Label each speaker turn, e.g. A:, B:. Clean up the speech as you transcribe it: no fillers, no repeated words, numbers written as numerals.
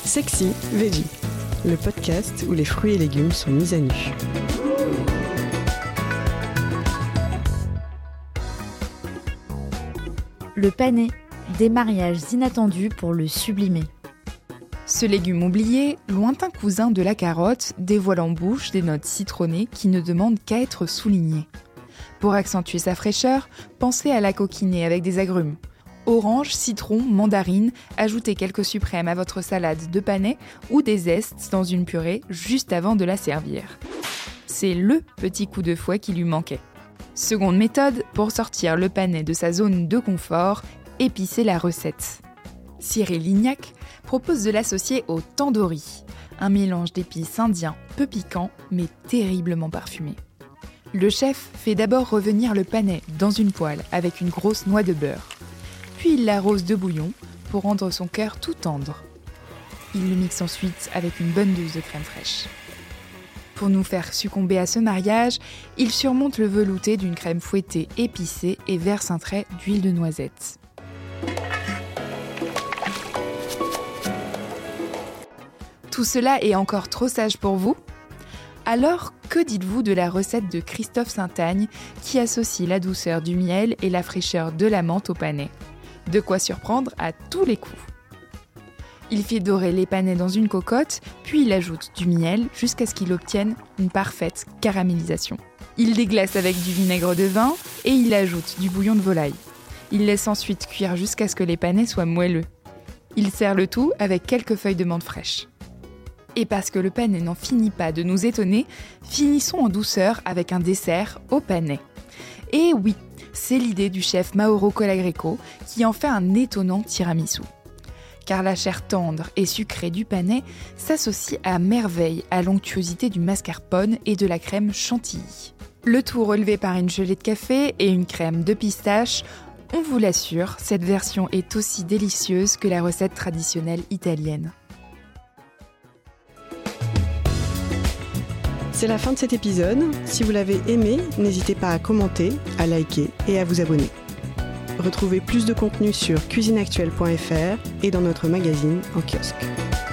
A: Sexy Veggie, le podcast où les fruits et légumes sont mis à nu.
B: Le panais, des mariages inattendus pour le sublimer. Ce légume oublié, lointain cousin de la carotte, dévoile en bouche des notes citronnées qui ne demandent qu'à être soulignées. Pour accentuer sa fraîcheur, pensez à la coquiner avec des agrumes. Orange, citron, mandarine, ajoutez quelques suprêmes à votre salade de panais ou des zestes dans une purée juste avant de la servir. C'est le petit coup de fouet qui lui manquait. Seconde méthode, pour sortir le panais de sa zone de confort, épicez la recette. Cyril Lignac propose de l'associer au tandoori, un mélange d'épices indiens peu piquant mais terriblement parfumé. Le chef fait d'abord revenir le panais dans une poêle avec une grosse noix de beurre. Puis il l'arrose de bouillon pour rendre son cœur tout tendre. Il le mixe ensuite avec une bonne dose de crème fraîche. Pour nous faire succomber à ce mariage, il surmonte le velouté d'une crème fouettée épicée et verse un trait d'huile de noisette. Tout cela est encore trop sage pour vous ? Alors, que dites-vous de la recette de Christophe Saintagne qui associe la douceur du miel et la fraîcheur de la menthe au panais ? De quoi surprendre à tous les coups. Il fait dorer les panais dans une cocotte, puis il ajoute du miel jusqu'à ce qu'il obtienne une parfaite caramélisation. Il déglace avec du vinaigre de vin et il ajoute du bouillon de volaille. Il laisse ensuite cuire jusqu'à ce que les panais soient moelleux. Il sert le tout avec quelques feuilles de menthe fraîche. Et parce que le panais n'en finit pas de nous étonner, finissons en douceur avec un dessert au panais. Et oui, c'est l'idée du chef Mauro Colagreco qui en fait un étonnant tiramisu. Car la chair tendre et sucrée du panais s'associe à merveille à l'onctuosité du mascarpone et de la crème chantilly. Le tout relevé par une gelée de café et une crème de pistache, on vous l'assure, cette version est aussi délicieuse que la recette traditionnelle italienne.
A: C'est la fin de cet épisode. Si vous l'avez aimé, n'hésitez pas à commenter, à liker et à vous abonner. Retrouvez plus de contenu sur cuisineactuelle.fr et dans notre magazine en kiosque.